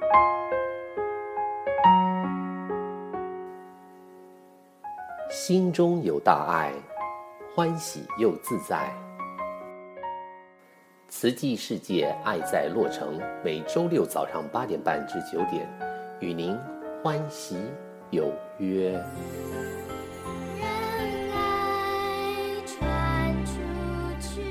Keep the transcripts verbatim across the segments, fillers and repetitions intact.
心中有大爱，欢喜又自在。慈济世界爱在洛城，每周六早上八点半至九点，与您欢喜有约。 让爱传出去。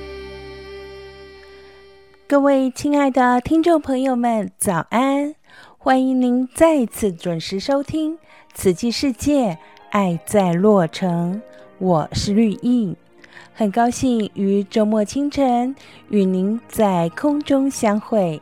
各位亲爱的听众朋友们，早安！欢迎您再次准时收听慈济世界爱在洛城，我是绿意，很高兴于周末清晨与您在空中相会。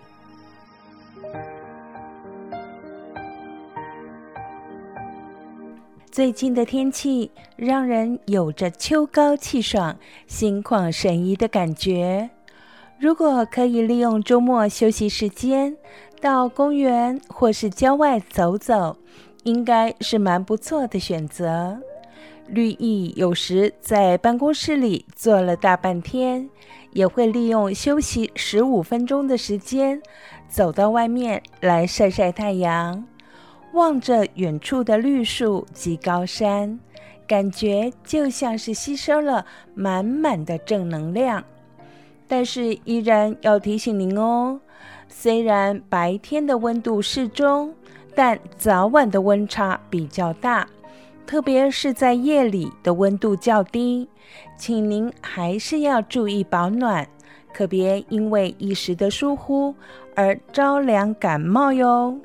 最近的天气让人有着秋高气爽、心旷神怡的感觉。如果可以利用周末休息时间到公园或是郊外走走，应该是蛮不错的选择。绿意有时在办公室里坐了大半天，也会利用休息十五分钟的时间，走到外面来晒晒太阳，望着远处的绿树及高山，感觉就像是吸收了满满的正能量。但是依然要提醒您哦，虽然白天的温度适中，但早晚的温差比较大，特别是在夜里的温度较低，请您还是要注意保暖，可别因为一时的疏忽而着凉感冒哟。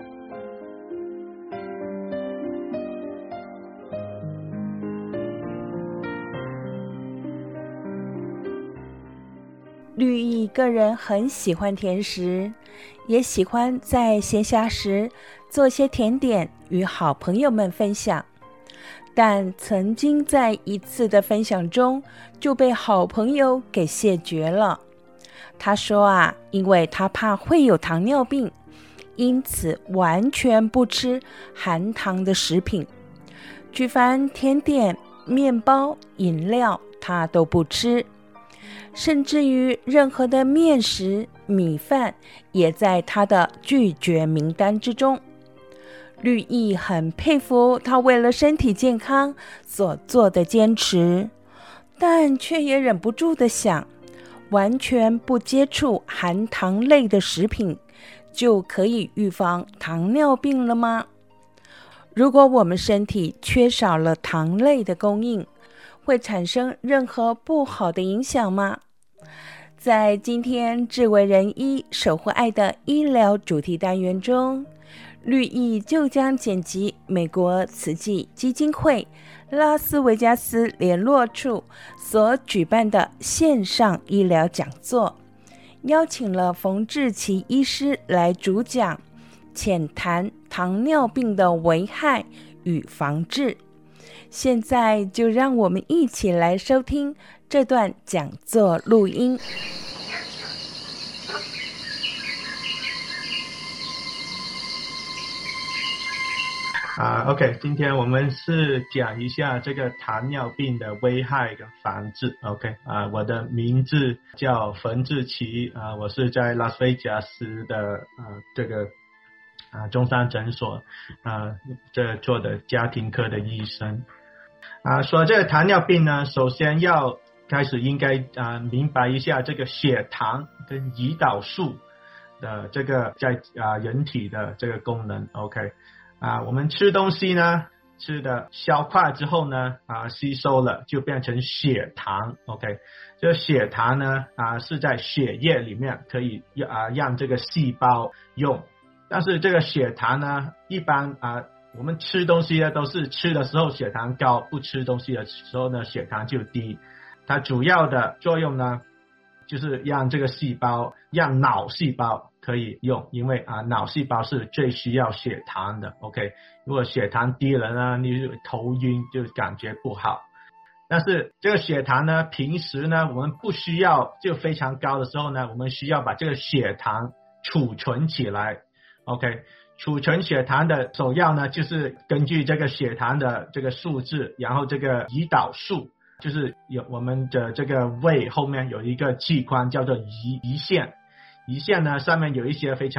绿意个人很喜欢甜食，也喜欢在闲暇时做些甜点与好朋友们分享，但曾经在一次的分享中就被好朋友给谢绝了。他说啊，因为他怕会有糖尿病，因此完全不吃含糖的食品，举凡甜点、面包、饮料他都不吃，甚至于任何的面食、米饭也在他的拒绝名单之中。绿意很佩服他为了身体健康所做的坚持，但却也忍不住的想，完全不接触含糖类的食品，就可以预防糖尿病了吗？如果我们身体缺少了糖类的供应，会产生任何不好的影响吗？在今天智为人医守护爱的医疗主题单元中，绿意就将剪辑美国慈济基金会拉斯维加斯联络处所举办的线上医疗讲座，邀请了冯志奇医师来主讲，浅谈糖尿病的危害与防治。现在就让我们一起来收听这段讲座录音。 啊、uh, OK， 今天我们是讲一下这个糖尿病的危害跟防治。OK， 啊、uh, 我的名字叫冯志奇，啊、uh, 我是在拉斯维加斯的呃、uh, 这个啊、uh, 中山诊所啊、uh, 这做的家庭科的医生。啊、uh, 说这个糖尿病呢，首先要开始应该啊、uh, 明白一下这个血糖跟胰岛素的这个在啊、uh, 人体的这个功能。OK。啊，我们吃东西呢，吃的消化之后呢，啊，吸收了就变成血糖 ，OK， 这血糖呢，啊，是在血液里面可以啊让这个细胞用，但是这个血糖呢，一般啊，我们吃东西呢都是吃的时候血糖高，不吃东西的时候呢血糖就低，它主要的作用呢，就是让这个细胞，让脑细胞可以用，因为啊脑细胞是最需要血糖的 ，OK。如果血糖低了呢，你就头晕，就感觉不好。但是这个血糖呢，平时呢我们不需要就非常高的时候呢，我们需要把这个血糖储存起来 ，OK。储存血糖的首要呢，就是根据这个血糖的这个数字，然后这个胰岛素。就是有我们的这个胃后面有一个器官叫做胰胰腺，胰腺呢上面有一些非常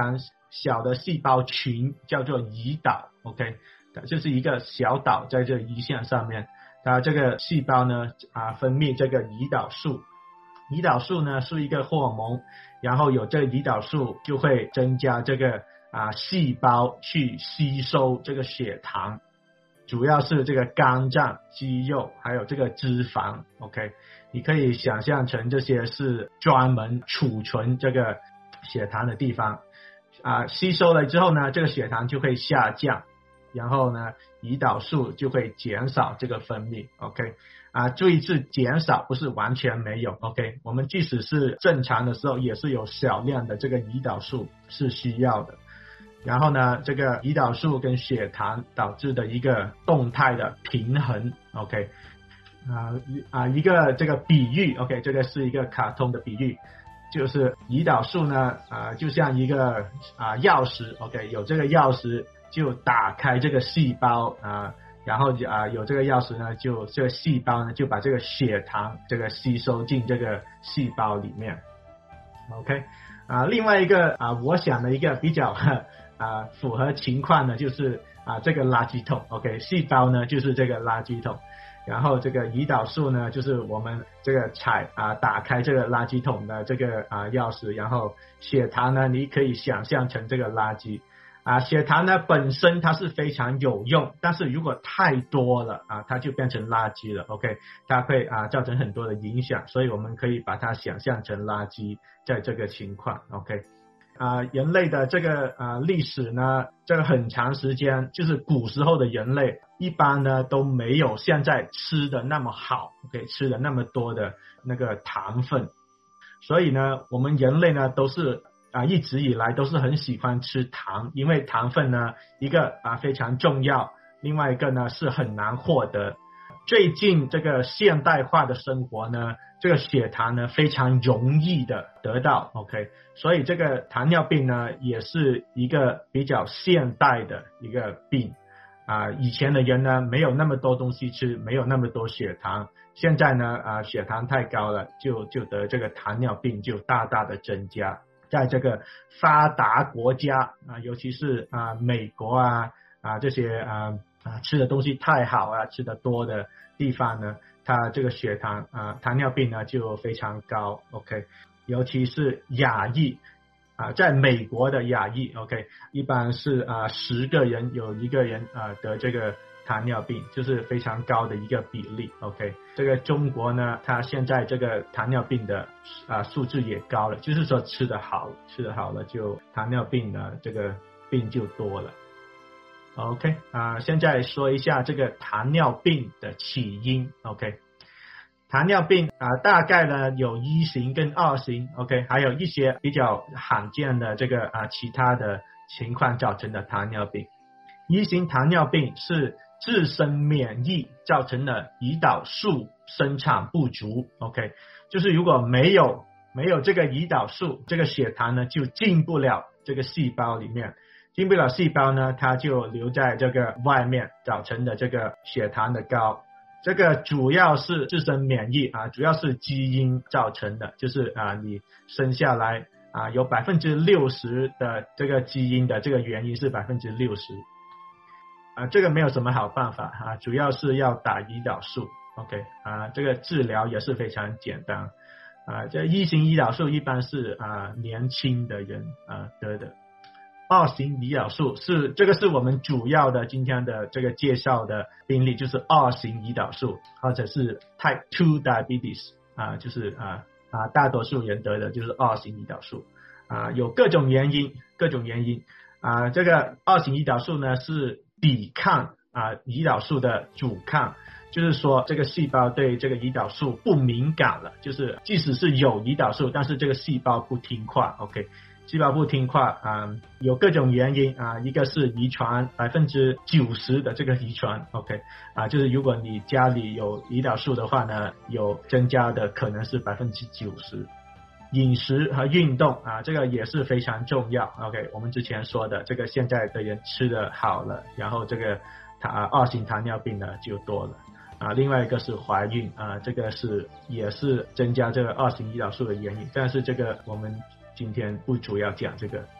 小的细胞群叫做胰岛 OK， 就是一个小岛在这胰腺上面，它这个细胞呢啊分泌这个胰岛素，胰岛素呢是一个荷尔蒙，然后有这个胰岛素就会增加这个啊细胞去吸收这个血糖，主要是这个肝脏、肌肉还有这个脂肪 OK， 你可以想象成这些是专门储存这个血糖的地方啊，吸收了之后呢，这个血糖就会下降，然后呢胰岛素就会减少这个分泌 OK， 啊，注意是减少，不是完全没有 OK， 我们即使是正常的时候也是有少量的这个胰岛素是需要的，然后呢这个胰岛素跟血糖导致的一个动态的平衡 OK， 啊啊一个这个比喻 OK， 这个是一个卡通的比喻，就是胰岛素呢啊就像一个啊钥匙 OK， 有这个钥匙就打开这个细胞啊，然后啊有这个钥匙呢，就这个细胞呢就把这个血糖这个吸收进这个细胞里面 OK， 啊另外一个啊我想的一个比较啊符合情况呢，就是啊这个垃圾桶 OK， 细胞呢就是这个垃圾桶，然后这个胰岛素呢就是我们这个踩啊打开这个垃圾桶的这个啊钥匙，然后血糖呢你可以想象成这个垃圾啊，血糖呢本身它是非常有用，但是如果太多了啊它就变成垃圾了 OK， 它会啊造成很多的影响，所以我们可以把它想象成垃圾在这个情况 OK。啊，人类的这个啊历史呢，这个很长时间，就是古时候的人类一般呢都没有现在吃的那么好 ，OK， 吃的那么多的那个糖分，所以呢，我们人类呢都是啊一直以来都是很喜欢吃糖，因为糖分呢一个啊非常重要，另外一个呢是很难获得。最近这个现代化的生活呢，这个血糖呢非常容易的得到 OK， 所以这个糖尿病呢也是一个比较现代的一个病啊。以前的人呢没有那么多东西吃，没有那么多血糖，现在呢啊血糖太高了，就就得这个糖尿病就大大的增加。在这个发达国家啊，尤其是啊美国啊啊这些啊啊吃的东西太好啊，吃的多的地方呢，它这个血糖啊糖尿病呢就非常高 OK， 尤其是亚裔啊，在美国的亚裔 OK， 一般是啊十个人有一个人啊得这个糖尿病，就是非常高的一个比例 OK。 这个中国呢，它现在这个糖尿病的啊数字也高了，就是说吃得好吃得好了，就糖尿病呢这个病就多了 OK。 啊，现在说一下这个糖尿病的起因 OK。 糖尿病啊大概呢有一型跟二型 OK， 还有一些比较罕见的这个啊其他的情况造成的糖尿病。一型糖尿病是自身免疫造成的胰岛素生产不足 OK， 就是如果没有没有这个胰岛素，这个血糖呢就进不了这个细胞里面，进不了细胞呢它就留在这个外面，造成的这个血糖的高。这个主要是自身免疫啊，主要是基因造成的，就是啊你生下来啊有百分之六十的这个基因的这个原因是百分之六十。啊，这个没有什么好办法啊，主要是要打胰岛素 OK 啊，这个治疗也是非常简单啊。这一型胰岛素一般是啊年轻的人啊得的，二型胰岛素是这个是我们主要的今天的这个介绍的病例，就是二型胰岛素或者是 Type 二 diabetes 啊，就是啊啊大多数人得的就是二型胰岛素啊，有各种原因各种原因啊。这个二型胰岛素呢是抵抗啊胰岛素的阻抗，就是说这个细胞对这个胰岛素不敏感了，就是即使是有胰岛素，但是这个细胞不听话 OK， 细胞不听话啊，有各种原因啊，一个是遗传，百分之九十的这个遗传 OK 啊，就是如果你家里有胰岛素的话呢，有增加的可能是百分之九十。饮食和运动啊，这个也是非常重要 OK， 我们之前说的这个现在的人吃得好了，然后这个啊二型糖尿病呢就多了啊。另外一个是怀孕啊，这个是也是增加这个二型胰岛素的原因，但是这个我们今天不主要讲这个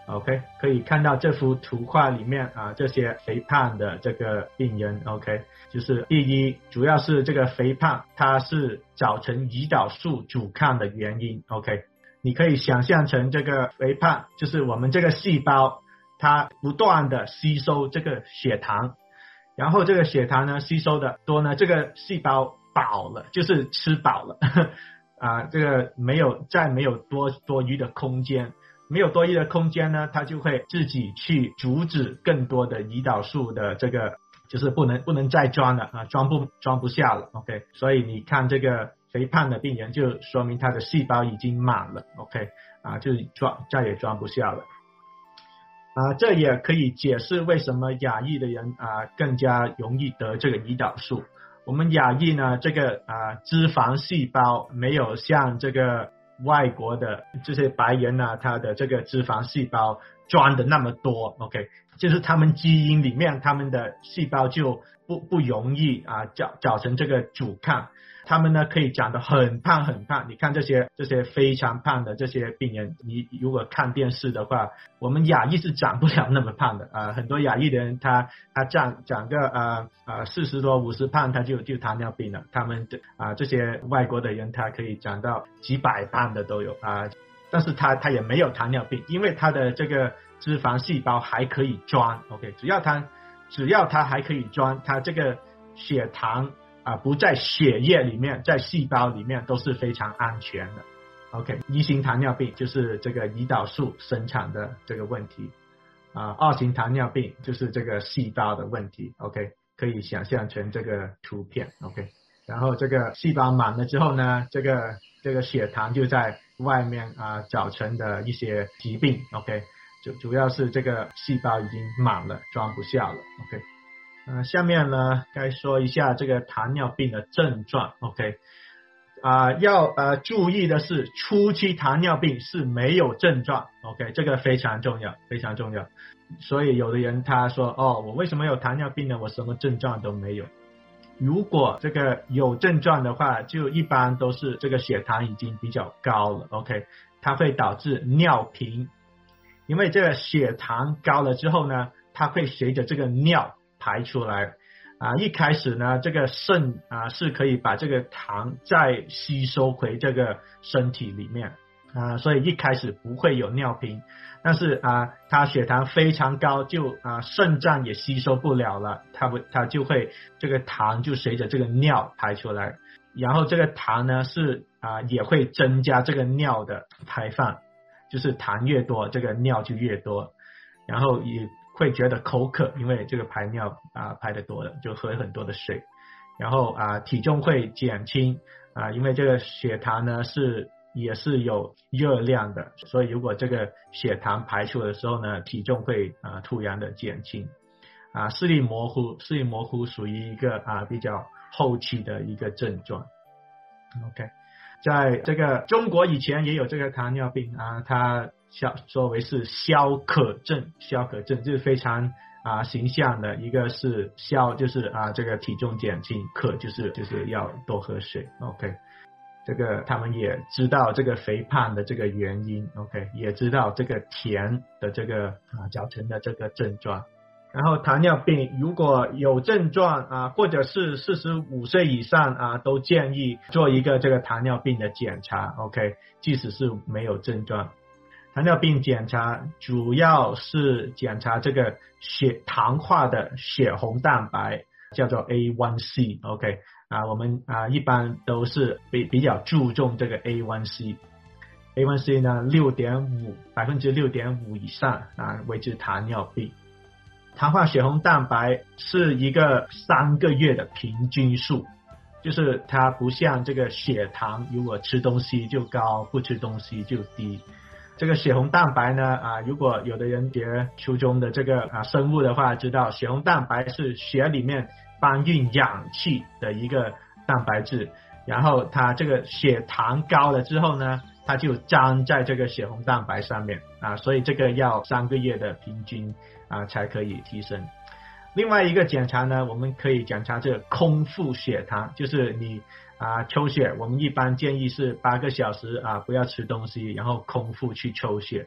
OK， 可以看到这幅图画里面啊，这些肥胖的这个病人 OK， 就是第一，主要是这个肥胖它是造成胰岛素阻抗的原因 OK， 你可以想象成这个肥胖就是我们这个细胞它不断的吸收这个血糖，然后这个血糖呢吸收的多呢，这个细胞饱了，就是吃饱了啊，这个没有再没有多多余的空间，没有多余的空间呢，它就会自己去阻止更多的胰岛素的这个，就是不能不能再装了啊，装不装不下了 OK， 所以你看这个肥胖的病人就说明他的细胞已经满了 OK 啊，就装再也装不下了啊，这也可以解释为什么亚裔的人啊更加容易得这个胰岛素。我们亚裔呢，这个啊脂肪细胞没有像这个外国的这些白人啊，他的这个脂肪细胞装的那么多 OK， 就是他们基因里面他们的细胞就不不容易啊造造成这个阻抗，他们呢可以长得很胖很胖。你看这些这些非常胖的这些病人，你如果看电视的话，我们亚裔是长不了那么胖的啊、呃。很多亚裔的人他他长长个呃呃四十多五十胖他就就糖尿病了。他们啊、呃、这些外国的人他可以长到几百磅的都有啊、呃，但是他他也没有糖尿病，因为他的这个脂肪细胞还可以装 OK， 只要他只要他还可以装，他这个血糖啊，不在血液里面，在细胞里面都是非常安全的 OK， 一型糖尿病就是这个胰岛素生产的这个问题啊，二型糖尿病就是这个细胞的问题 OK， 可以想象成这个图片 OK， 然后这个细胞满了之后呢，这个这个血糖就在外面啊造成的一些疾病 OK， 主主要是这个细胞已经满了，装不下了 OK。呃，下面呢该说一下这个糖尿病的症状 OK， 啊、呃，要呃注意的是初期糖尿病是没有症状 OK， 这个非常重要非常重要。所以有的人他说哦，我为什么有糖尿病呢？我什么症状都没有。如果这个有症状的话，就一般都是这个血糖已经比较高了 OK， 它会导致尿频，因为这个血糖高了之后呢，它会随着这个尿排出来啊，一开始呢，这个肾啊是可以把这个糖再吸收回这个身体里面啊，所以一开始不会有尿频。但是啊，它血糖非常高，就啊肾脏也吸收不了了，它不它就会这个糖就随着这个尿排出来，然后这个糖呢是啊也会增加这个尿的排放，就是糖越多，这个尿就越多，然后也会觉得口渴，因为这个排尿啊排得多了，就喝很多的水，然后啊体重会减轻啊，因为这个血糖呢是也是有热量的，所以如果这个血糖排出的时候呢，体重会啊突然的减轻啊，视力模糊，视力模糊属于一个啊比较后期的一个症状 OK。在这个中国以前也有这个糖尿病啊，它说为是消渴症，消渴症就是非常啊形象的，一个是消就是啊这个体重减轻，渴就是就是要多喝水 OK。这个他们也知道这个肥胖的这个原因 OK， 也知道这个甜的这个啊造成的这个症状。然后糖尿病如果有症状啊，或者是四十五岁以上啊，都建议做一个这个糖尿病的检查 OK， 即使是没有症状。糖尿病检查主要是检查这个血糖化的血红蛋白，叫做 A 一 C OK 啊，我们啊一般都是比比较注重这个 A 一 C。A 一 C 呢 六点五 百分之六点五 以上啊为之糖尿病。糖化血红蛋白是一个三个月的平均数，就是它不像这个血糖，如果吃东西就高，不吃东西就低。这个血红蛋白呢啊，如果有的人学初中的这个啊生物的话，知道血红蛋白是血里面搬运氧气的一个蛋白质，然后它这个血糖高了之后呢，它就粘在这个血红蛋白上面啊，所以这个要三个月的平均啊才可以提升。另外一个检查呢，我们可以检查这个空腹血糖，就是你啊抽血，我们一般建议是八个小时啊不要吃东西，然后空腹去抽血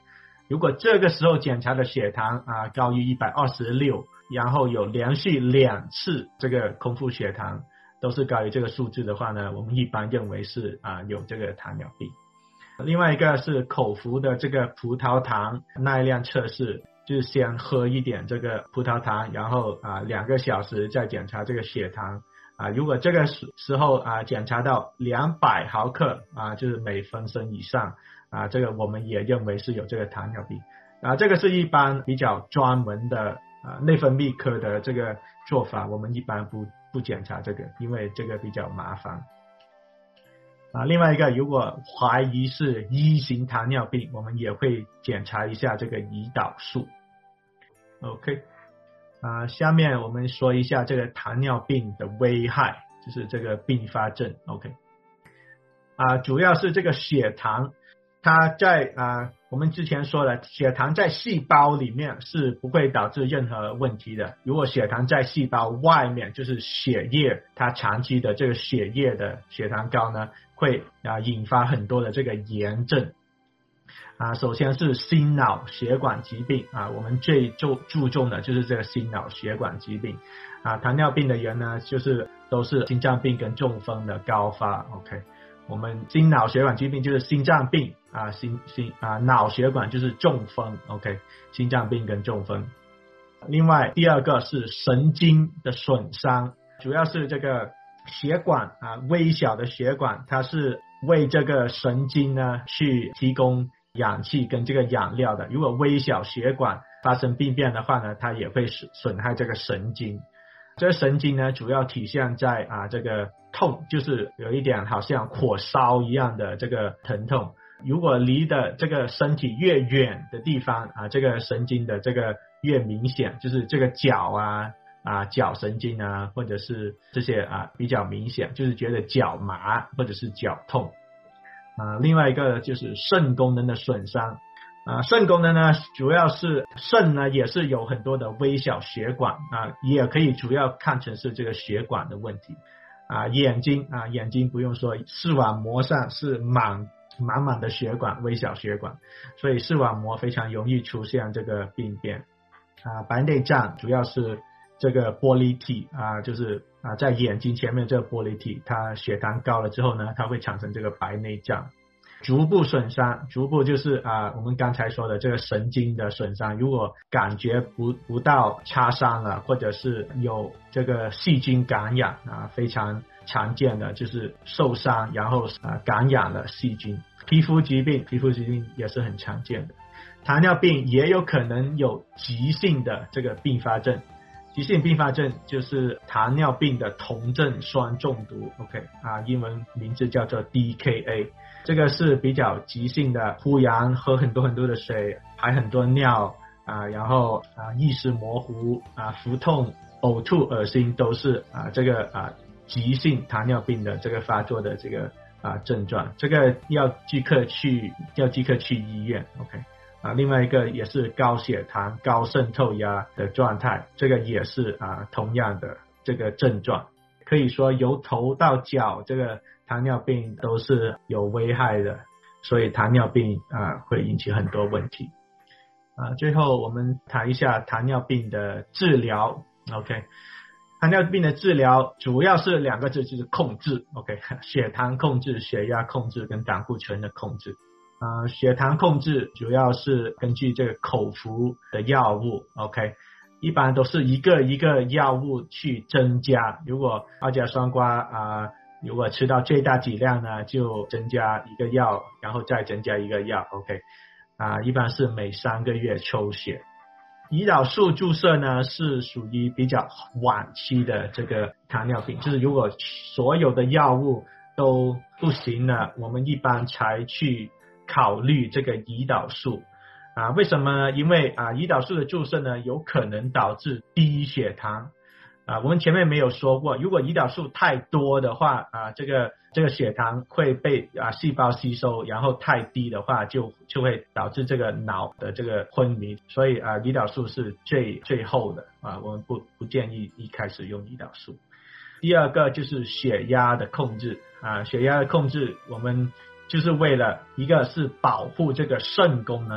如果这个时候检查的血糖啊高于一百二十六，然后有连续两次这个空腹血糖都是高于这个数字的话呢，我们一般认为是啊有这个糖尿病。另外一个是口服的这个葡萄糖耐量测试，就是先喝一点这个葡萄糖，然后啊两个小时再检查这个血糖啊，如果这个时候啊检查到两百毫克啊，就是每分升以上啊，这个我们也认为是有这个糖尿病啊。这个是一般比较专门的啊内分泌科的这个做法，我们一般不不检查这个，因为这个比较麻烦啊。另外一个，如果怀疑是一型糖尿病，我们也会检查一下这个胰岛素。OK， 啊，下面我们说一下这个糖尿病的危害，就是这个并发症。OK， 啊，主要是这个血糖，它在啊，我们之前说了，血糖在细胞里面是不会导致任何问题的。如果血糖在细胞外面，就是血液，它长期的这个血液的血糖高呢，会啊引发很多的这个炎症。啊，首先是心脑血管疾病啊，我们最注注重的就是这个心脑血管疾病啊。糖尿病的人呢，就是都是心脏病跟中风的高发。OK， 我们心脑血管疾病就是心脏病啊，心心啊脑血管就是中风。OK， 心脏病跟中风。另外第二个是神经的损伤，主要是这个血管啊，微小的血管，它是为这个神经呢去提供氧气跟这个养料的。如果微小血管发生病变的话呢，它也会损害这个神经。这个神经呢，主要体现在啊这个痛，就是有一点好像火烧一样的这个疼痛。如果离的这个身体越远的地方啊，这个神经的这个越明显，就是这个脚啊啊脚神经啊，或者是这些啊比较明显，就是觉得脚麻或者是脚痛。啊，另外一个就是肾功能的损伤啊，肾功能呢，主要是肾呢也是有很多的微小血管啊，也可以主要看成是这个血管的问题啊。眼睛啊，眼睛不用说，视网膜上是满满满的血管，微小血管，所以视网膜非常容易出现这个病变啊。白内障主要是这个玻璃体啊，就是啊，在眼睛前面这个玻璃体，它血糖高了之后呢，它会产生这个白内障。足部损伤，足部就是啊，我们刚才说的这个神经的损伤，如果感觉不不到擦伤了，或者是有这个细菌感染啊，非常常见的就是受伤，然后啊感染了细菌。皮肤疾病，皮肤疾病也是很常见的。糖尿病也有可能有急性的这个并发症。急性并发症就是糖尿病的酮症酸中毒 ，OK 啊，英文名字叫做 D K A， 这个是比较急性的，忽然喝很多很多的水，排很多尿啊，然后啊意识模糊啊，腹痛、呕吐、恶心都是啊这个啊急性糖尿病的这个发作的这个啊症状，这个要即刻去要即刻去医院 ，OK。啊，另外一个也是高血糖、高渗透压的状态，这个也是啊同样的这个症状。可以说由头到脚，这个糖尿病都是有危害的，所以糖尿病啊会引起很多问题。啊，最后我们谈一下糖尿病的治疗。OK， 糖尿病的治疗主要是两个字，就是控制。OK， 血糖控制、血压控制跟胆固醇的控制。啊、呃，血糖控制主要是根据这个口服的药物 ，OK， 一般都是一个一个药物去增加。如果二甲双胍啊、呃，如果吃到最大剂量呢，就增加一个药，然后再增加一个药 ，OK， 啊、呃，一般是每三个月抽血。胰岛素注射呢是属于比较晚期的这个糖尿病，就是如果所有的药物都不行了，我们一般才去考虑这个胰岛素啊，为什么呢？因为啊，胰岛素的注射呢，有可能导致低血糖啊。我们前面没有说过，如果胰岛素太多的话啊，这个这个血糖会被啊细胞吸收，然后太低的话就就会导致这个脑的这个昏迷。所以啊，胰岛素是最最后的啊，我们不不建议一开始用胰岛素。第二个就是血压的控制啊，血压的控制我们就是为了一个是保护这个肾功能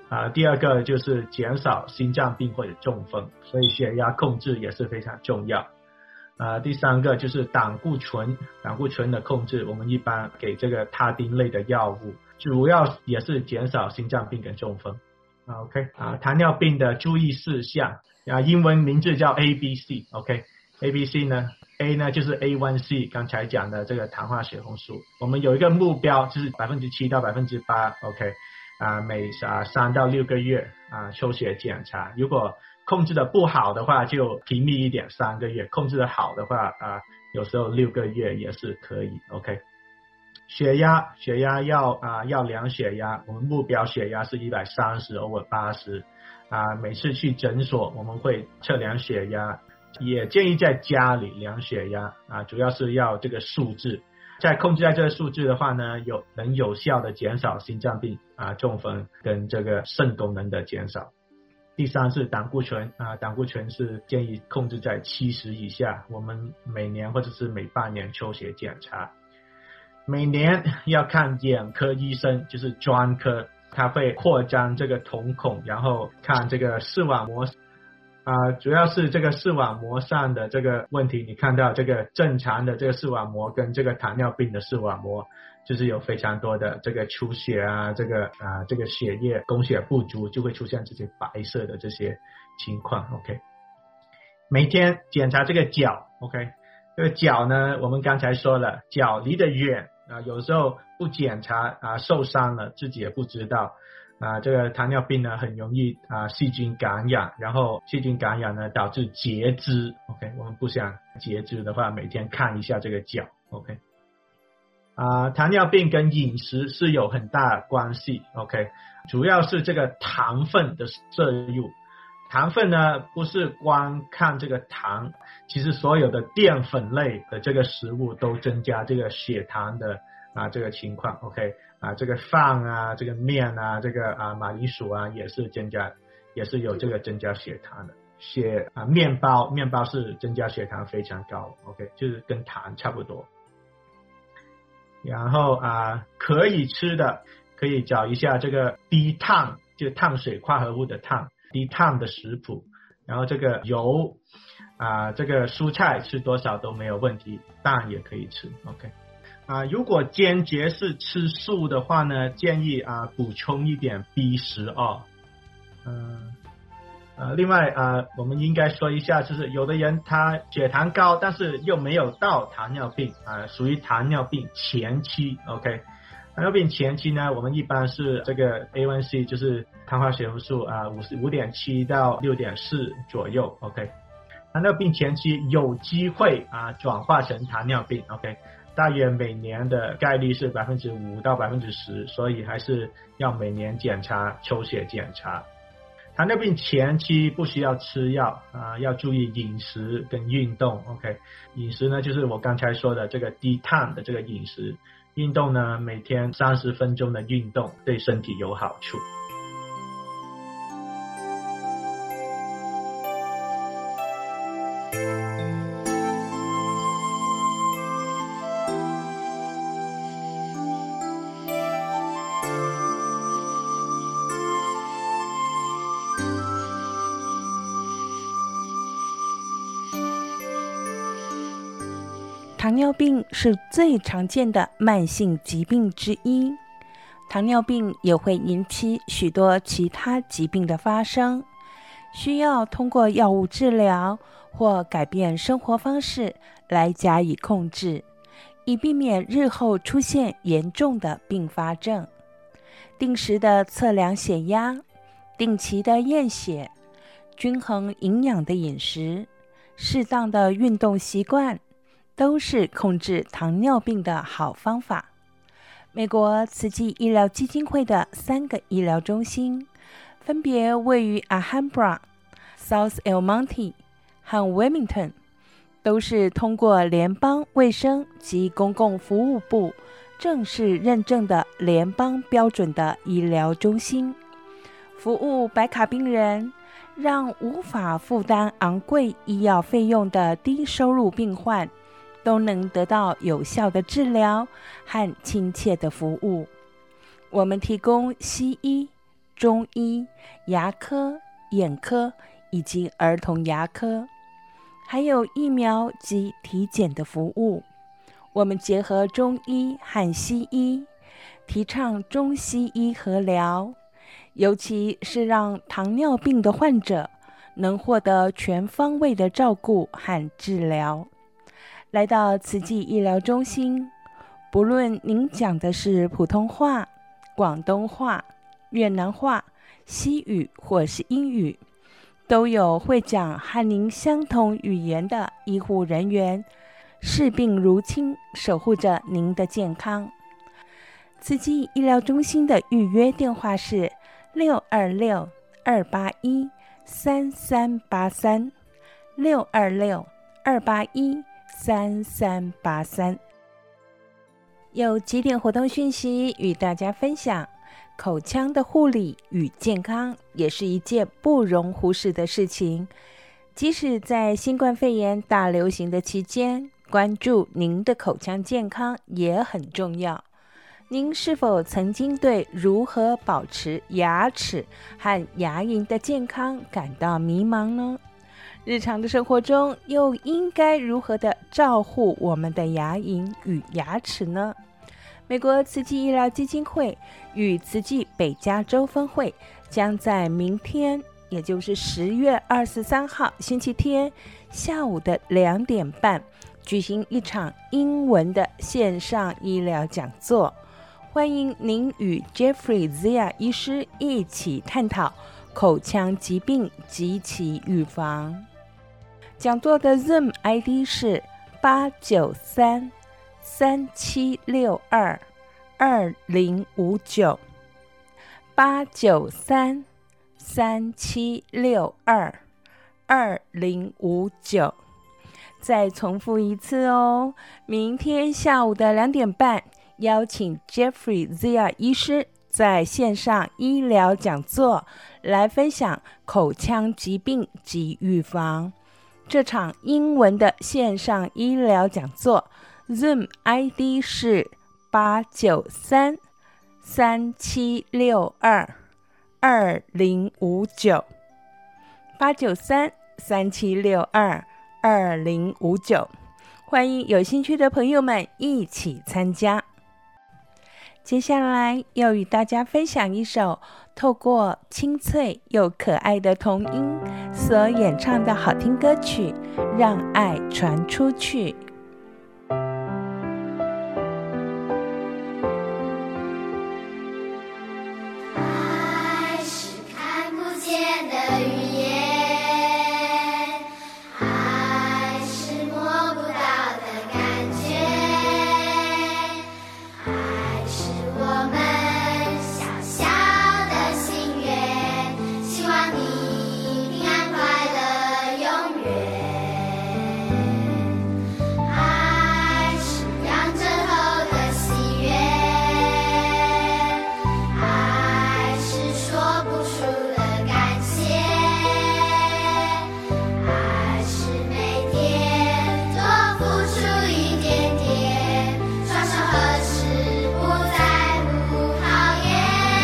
啊，第二个就是减少心脏病或者中风，所以血压控制也是非常重要。啊，第三个就是胆固醇，胆固醇的控制，我们一般给这个他汀类的药物，主要也是减少心脏病跟中风。啊 OK 啊，糖尿病的注意事项啊，英文名字叫 A B C。OK，A B C 呢 ，A 呢就是 A 一 C， 刚才讲的这个糖化血红素，我们有一个目标就是百分之七到百分之八 ，OK， 啊每啊三到六个月啊抽血检查，如果控制的不好的话就频密一点，三个月；控制的好的话啊有时候六个月也是可以 ，OK。血压，血压要啊要量血压，我们目标血压是一百三十 over 八十啊，每次去诊所我们会测量血压。也建议在家里量血压啊，主要是要这个数字，在控制在这个数字的话呢，有能有效的减少心脏病啊、中风跟这个肾功能的减少。第三是胆固醇啊，胆固醇是建议控制在七十以下，我们每年或者是每半年抽血检查。每年要看眼科医生，就是专科，他会扩张这个瞳孔，然后看这个视网膜。啊、呃，主要是这个视网膜上的这个问题，你看到这个正常的这个视网膜跟这个糖尿病的视网膜，就是有非常多的这个出血啊，这个啊、呃、这个血液供血不足，就会出现这些白色的这些情况。OK， 每天检查这个脚 ，OK， 这个脚呢，我们刚才说了，脚离得远啊、呃，有时候不检查啊、呃、受伤了，自己也不知道。啊，这个糖尿病呢很容易啊细菌感染，然后细菌感染呢导致截肢。OK， 我们不想截肢的话，每天看一下这个脚。OK， 啊，糖尿病跟饮食是有很大关系。OK， 主要是这个糖分的摄入。糖分呢不是光看这个糖，其实所有的淀粉类的这个食物都增加这个血糖的啊这个情况。OK。啊，这个饭啊，这个面啊，这个啊马铃薯啊，也是增加，也是有这个增加血糖的。血啊，面包，面包是增加血糖非常高 ，OK， 就是跟糖差不多。然后啊，可以吃的可以找一下这个低碳，就碳水化合物的碳，低碳的食谱。然后这个油啊，这个蔬菜吃多少都没有问题，蛋也可以吃 ，OK。啊，如果坚决是吃素的话呢，建议啊补充一点 B 十二。嗯，呃，另外啊，我们应该说一下，就是有的人他血糖高，但是又没有到糖尿病啊，属于糖尿病前期。OK， 糖尿病前期呢，我们一般是这个 A 一 C， 就是糖化血红素啊，五十五点七到六点四左右。OK， 糖尿病前期有机会啊转化成糖尿病。OK。大约每年的概率是百分之五到百分之十，所以还是要每年检查抽血检查。糖尿病前期不需要吃药啊，要注意饮食跟运动。OK， 饮食呢就是我刚才说的这个低碳的这个饮食，运动呢每天三十分钟的运动对身体有好处。 糖尿病是最常见的慢性疾病之一，糖尿病也会引起许多其他疾病的发生，需要通过药物治疗或改变生活方式来加以控制，以避免日后出现严重的并发症。定时的测量血压，定期的验血，均衡营养的饮食，适当的运动习惯，都是控制糖尿病的好方法。美国慈济医疗基金会的三个医疗中心，分别位于 Alhambra、South El Monte 和 Wilmington， 都是通过联邦卫生及公共服务部正式认证的联邦标准的医疗中心，服务白卡病人，让无法负担昂贵医药费用的低收入病患都能得到有效的治疗和亲切的服务。我们提供西医、 中医、牙科、眼科以及儿童牙科，还有疫苗及体检的服务。我们结合中医和西医，提倡中西医合疗，尤其是让糖尿病的患者能获得全方位的照顾和治疗。来到慈济医疗中心，不论您讲的是普通话、广东话、越南话、西语或是英语，都有会讲和您相同语言的医护人员，视病如亲，守护着您的健康。慈济医疗中心的预约电话是六二六二八一三三八三，六二六二八一三三八三。有几点活动讯息与大家分享。口腔的护理与健康也是一件不容忽视的事情，即使在新冠肺炎大流行的期间，关注您的口腔健康也很重要。您是否曾经对如何保持牙齿和牙龈的健康感到迷茫呢？日常的生活中又应该如何的照护我们的牙龈与牙齿呢？美国慈济医疗基金会与慈济北加州分会将在明天，也就是十月二十三号星期天下午的两点半，举行一场英文的线上医疗讲座。欢迎您与 Jeffrey Zia 医师一起探讨口腔疾病及其预防。讲座的 Zoom I D 是八九三三七六二二零五九，八九三三七六二二零五九。再重复一次哦，明天下午的两点半，邀请 Jeffrey Zia 医师在线上医疗讲座来分享口腔疾病及预防。这场英文的线上医疗讲座 Zoom I D 是八九三三七六二二零五九，八九三三七六二二零五九，欢迎有兴趣的朋友们一起参加。接下来要与大家分享一首透过清脆又可爱的童音所演唱的好听歌曲《让爱传出去》。 爱是看不见的语言，爱是摸不到的感觉，爱是我们小小的心愿，希望你平安快乐永远。爱是让震后的喜悦，爱是说不出的感谢，爱是每天多付出一点点，双手合十不在乎考验，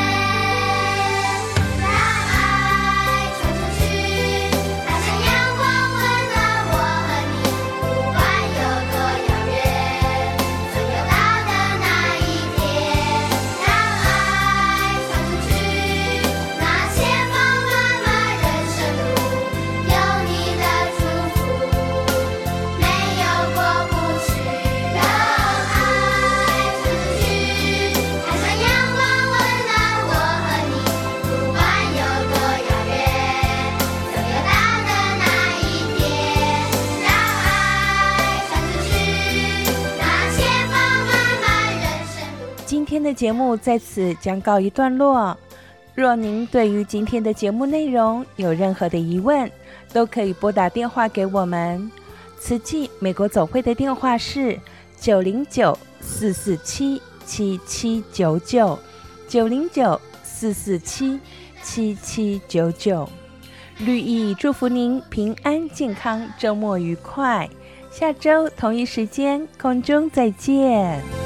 让爱传出去，它像阳光温暖我和你，不管有多遥远，总有到的那一天。让爱传出去，那前方漫漫人生路，有你的祝福，没有过不去。让爱传出去，它像阳光温暖我和你，不管有多遥远，总有到的那一天。让爱传出去，那前方漫漫人生路。 今天的节目在此将告一段落。若您对于今天的节目内容有任何的疑问，都可以拨打电话给我们。慈济美国总会的电话是九零九四四七七七九九，九零九四四七七七九九。绿意祝福您平安健康，周末愉快。下周同一时间空中再见。